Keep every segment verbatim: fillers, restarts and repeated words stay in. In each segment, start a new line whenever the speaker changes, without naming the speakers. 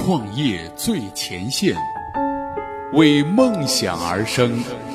创业最前线，为梦想而生。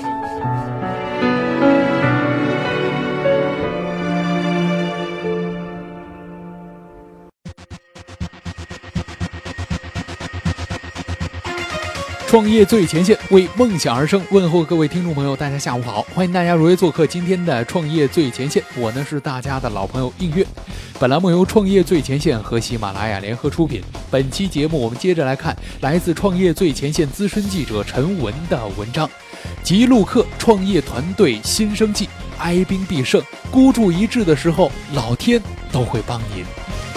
创业最前线，为梦想而生。问候各位听众朋友，大家下午好，欢迎大家如约做客今天的创业最前线。我呢是大家的老朋友映月。本栏目由创业最前线和喜马拉雅联合出品。本期节目我们接着来看来自创业最前线资深记者陈文的文章：吉路克创业团队新生计，哀兵必胜，孤注一掷的时候，老天都会帮您。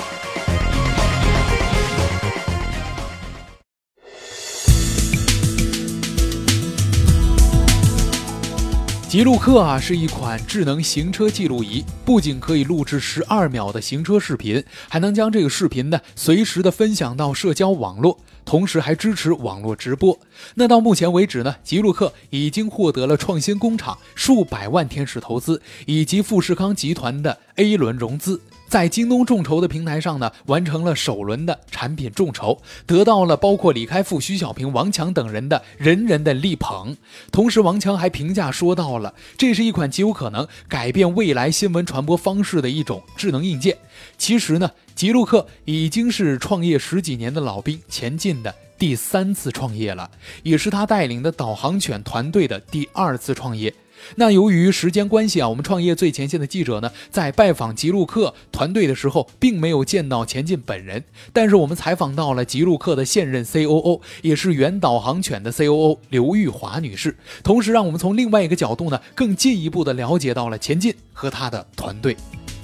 吉路克啊是一款智能行车记录仪，不仅可以录制十二秒的行车视频，还能将这个视频呢随时的分享到社交网络，同时还支持网络直播。那到目前为止呢，吉路克已经获得了创新工厂数百万天使投资，以及富士康集团的 A 轮融资。在京东众筹的平台上呢，完成了首轮的产品众筹，得到了包括李开复、徐小平、王强等人的人人的力捧。同时王强还评价说到了，这是一款极有可能改变未来新闻传播方式的一种智能硬件。其实呢，吉路克已经是创业十几年的老兵前进的第三次创业了，也是他带领的导航犬团队的第二次创业。那由于时间关系啊，我们创业最前线的记者呢，在拜访吉路克团队的时候，并没有见到前进本人，但是我们采访到了吉路克的现任 C O O， 也是原导航犬的 C O O 刘玉华女士，同时让我们从另外一个角度呢，更进一步的了解到了前进和他的团队。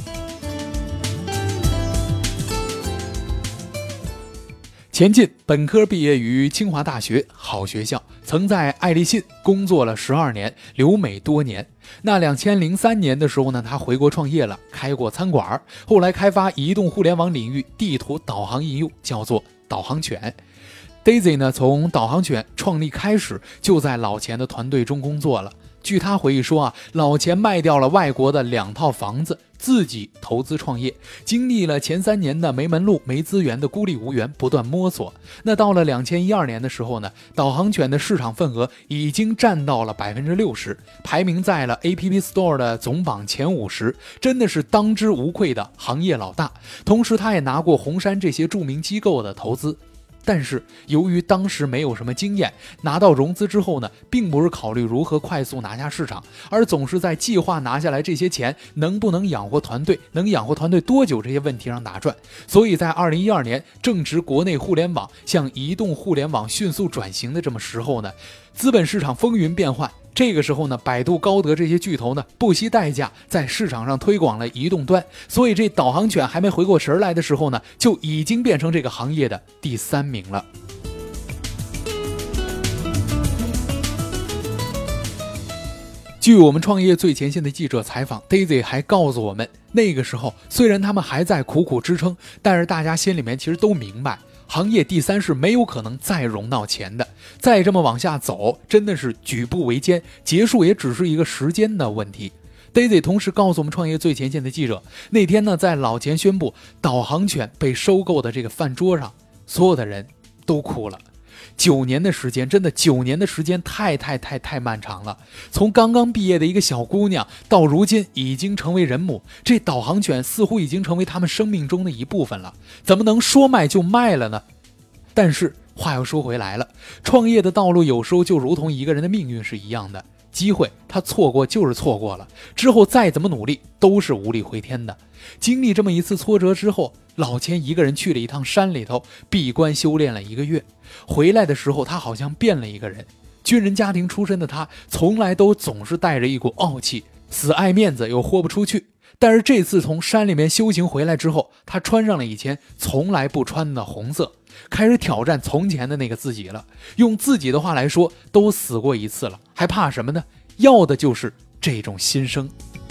前进本科毕业于清华大学，好学校，曾在爱立信工作了十二年，留美多年。那两千零三年的时候呢，他回国创业了，开过餐馆，后来开发移动互联网领域地图导航应用，叫做导航犬。Daisy 呢，从导航犬创立开始，就在老钱的团队中工作了。据他回忆说啊，老钱卖掉了外国的两套房子，自己投资创业，经历了前三年的没门路、没资源的孤立无援，不断摸索。那到了两千一二年的时候呢，导航犬的市场份额已经占到了百分之六十，排名在了 A P P Store 的总榜前五十，真的是当之无愧的行业老大。同时，他也拿过红杉这些著名机构的投资。但是由于当时没有什么经验，拿到融资之后呢，并不是考虑如何快速拿下市场，而总是在计划拿下来这些钱能不能养活团队，能养活团队多久这些问题上打转。所以在二零一二年正值国内互联网向移动互联网迅速转型的这么时候呢，资本市场风云变幻。这个时候呢，百度、高德这些巨头呢，不惜代价在市场上推广了移动端，所以这导航犬还没回过神来的时候呢，就已经变成这个行业的第三名了。据我们创业最前线的记者采访， Daisy 还告诉我们，那个时候虽然他们还在苦苦支撑，但是大家心里面其实都明白，行业第三是没有可能再融到钱的，再这么往下走真的是举步维艰，结束也只是一个时间的问题。 Daisy 同时告诉我们创业最前线的记者，那天呢，在老钱宣布导航犬被收购的这个饭桌上，所有的人都哭了。九年的时间，真的九年的时间太太太太漫长了。从刚刚毕业的一个小姑娘，到如今已经成为人母，这导航犬似乎已经成为他们生命中的一部分了。怎么能说卖就卖了呢？但是话又说回来了，创业的道路有时候就如同一个人的命运是一样的，机会他错过就是错过了，之后再怎么努力都是无力回天的。经历这么一次挫折之后，老钱一个人去了一趟山里头，闭关修炼了一个月。回来的时候，他好像变了一个人。军人家庭出身的他，从来都总是带着一股傲气，死爱面子又豁不出去。但是这次从山里面修行回来之后，他穿上了以前从来不穿的红色，开始挑战从前的那个自己了。用自己的话来说，都死过一次了，还怕什么呢？要的就是这种新生。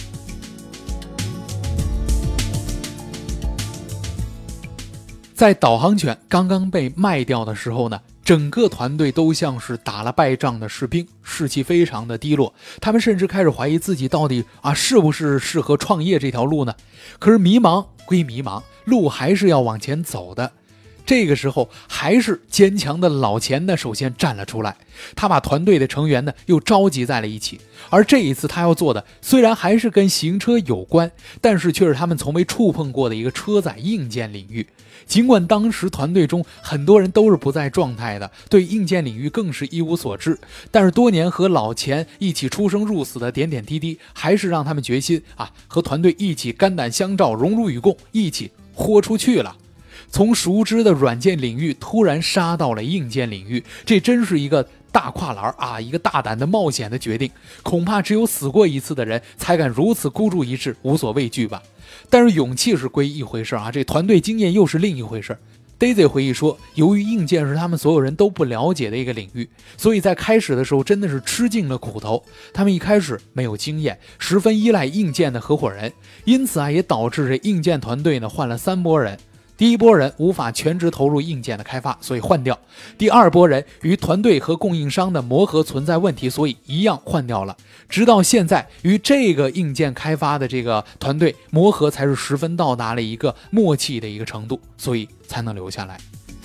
在导航犬刚刚被卖掉的时候呢，整个团队都像是打了败仗的士兵，士气非常的低落。他们甚至开始怀疑自己到底啊是不是适合创业这条路呢？可是迷茫归迷茫，路还是要往前走的。 这个时候还是坚强的老钱呢首先站了出来，他把团队的成员呢又召集在了一起。而这一次他要做的虽然还是跟行车有关，但是却是他们从未触碰过的一个车载硬件领域。尽管当时团队中很多人都是不在状态的，对硬件领域更是一无所知，但是多年和老钱一起出生入死的点点滴滴，还是让他们决心啊，和团队一起肝胆相照，荣辱与共，一起豁出去了。从熟知的软件领域突然杀到了硬件领域，这真是一个大跨栏啊，一个大胆的冒险的决定，恐怕只有死过一次的人才敢如此孤注一掷，无所畏惧吧。但是勇气是归一回事啊，这团队经验又是另一回事。Daisy 回忆说，由于硬件是他们所有人都不了解的一个领域，所以在开始的时候真的是吃尽了苦头。他们一开始没有经验，十分依赖硬件的合伙人，因此啊，也导致这硬件团队呢换了三波人。第一波人无法全职投入硬件的开发，所以换掉；第二波人与团队和供应商的磨合存在问题，所以一样换掉了。直到现在，与这个硬件开发的这个团队磨合才是十分到达了一个默契的一个程度，所以才能留下来。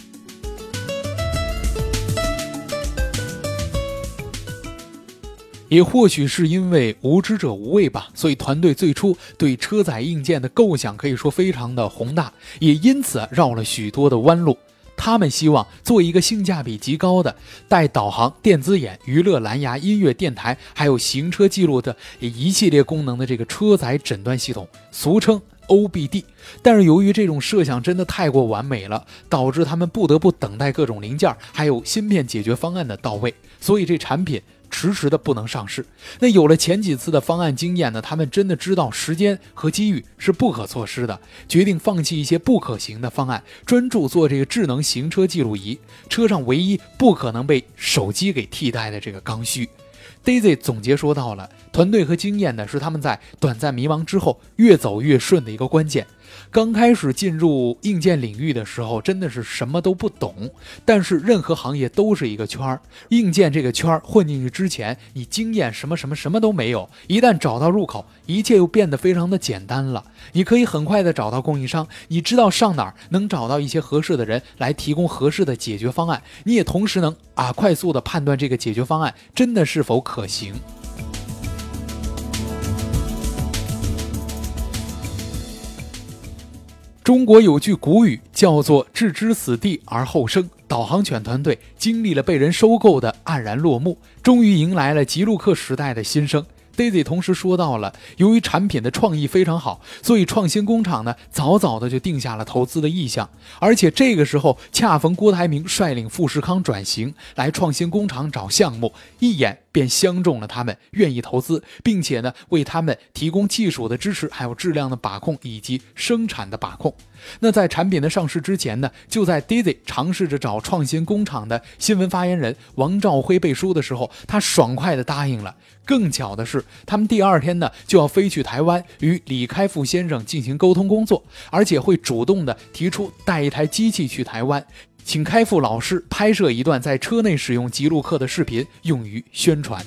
也或许是因为无知者无畏吧，所以团队最初对车载硬件的构想可以说非常的宏大，也因此绕了许多的弯路。他们希望做一个性价比极高的带导航、电子眼、娱乐、蓝牙、音乐、电台还有行车记录的一系列功能的这个车载诊断系统，俗称 O B D。 但是由于这种设想真的太过完美了，导致他们不得不等待各种零件还有芯片解决方案的到位，所以这产品迟迟的不能上市。那有了前几次的方案经验呢，他们真的知道时间和机遇是不可错失的，决定放弃一些不可行的方案，专注做这个智能行车记录仪，车上唯一不可能被手机给替代的这个刚需。Daisy 总结说到了，团队和经验呢是他们在短暂迷茫之后越走越顺的一个关键。刚开始进入硬件领域的时候真的是什么都不懂，但是任何行业都是一个圈儿，硬件这个圈儿混进去之前，你经验什么什么什么都没有，一旦找到入口，一切又变得非常的简单了。你可以很快的找到供应商，你知道上哪儿能找到一些合适的人来提供合适的解决方案，你也同时能啊快速的判断这个解决方案真的是否可行。中国有句古语叫做置之死地而后生，导航犬团队经历了被人收购的黯然落幕，终于迎来了极路客时代的新生。Daisy 同时说到了，由于产品的创意非常好，所以创新工厂呢早早的就定下了投资的意向，而且这个时候恰逢郭台铭率领富士康转型来创新工厂找项目，一眼便相中了他们，愿意投资，并且呢为他们提供技术的支持，还有质量的把控以及生产的把控。那在产品的上市之前呢，就在 Daisy 尝试着找创新工厂的新闻发言人王兆辉背书的时候，他爽快地答应了。更巧的是，他们第二天呢就要飞去台湾与李开复先生进行沟通工作，而且会主动地提出带一台机器去台湾，请开复老师拍摄一段在车内使用极路客的视频用于宣传。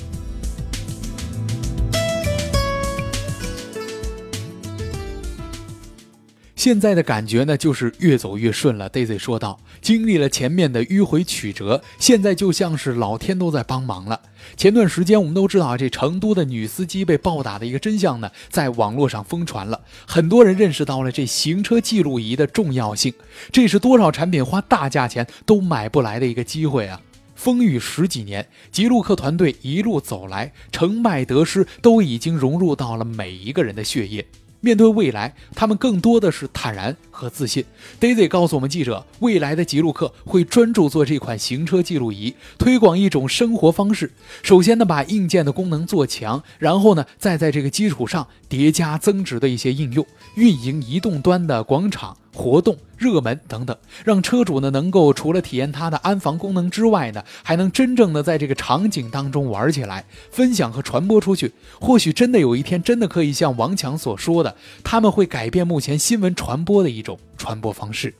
现在的感觉呢，就是越走越顺了。Daisy 说道，经历了前面的迂回曲折，现在就像是老天都在帮忙了。前段时间我们都知道，这成都的女司机被暴打的一个真相呢，在网络上疯传了，很多人认识到了这行车记录仪的重要性，这是多少产品花大价钱都买不来的一个机会啊。风雨十几年，极路客团队一路走来，成败得失都已经融入到了每一个人的血液。面对未来，他们更多的是坦然和自信。Daisy 告诉我们记者，未来的极路客会专注做这款行车记录仪，推广一种生活方式。首先呢，把硬件的功能做强，然后呢，再在这个基础上叠加增值的一些应用，运营移动端的广场活动、热门等等，让车主呢能够除了体验它的安防功能之外呢，还能真正的在这个场景当中玩起来，分享和传播出去。或许真的有一天，真的可以像王强所说的，他们会改变目前新闻传播的一种传播方式。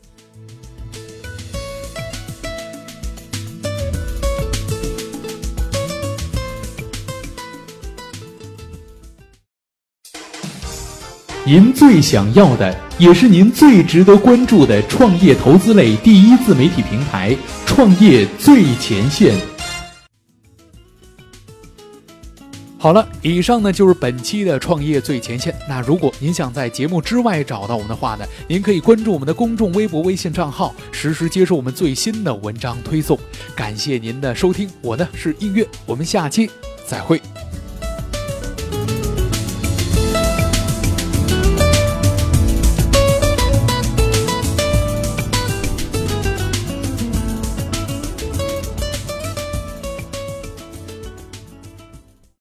您最想要的，也是您最值得关注的创业投资类第一自媒体平台——创业最前线。好了，以上呢就是本期的创业最前线。那如果您想在节目之外找到我们的话呢，您可以关注我们的公众微博、微信账号，实时接收我们最新的文章推送。感谢您的收听，我呢是音乐，我们下期再会。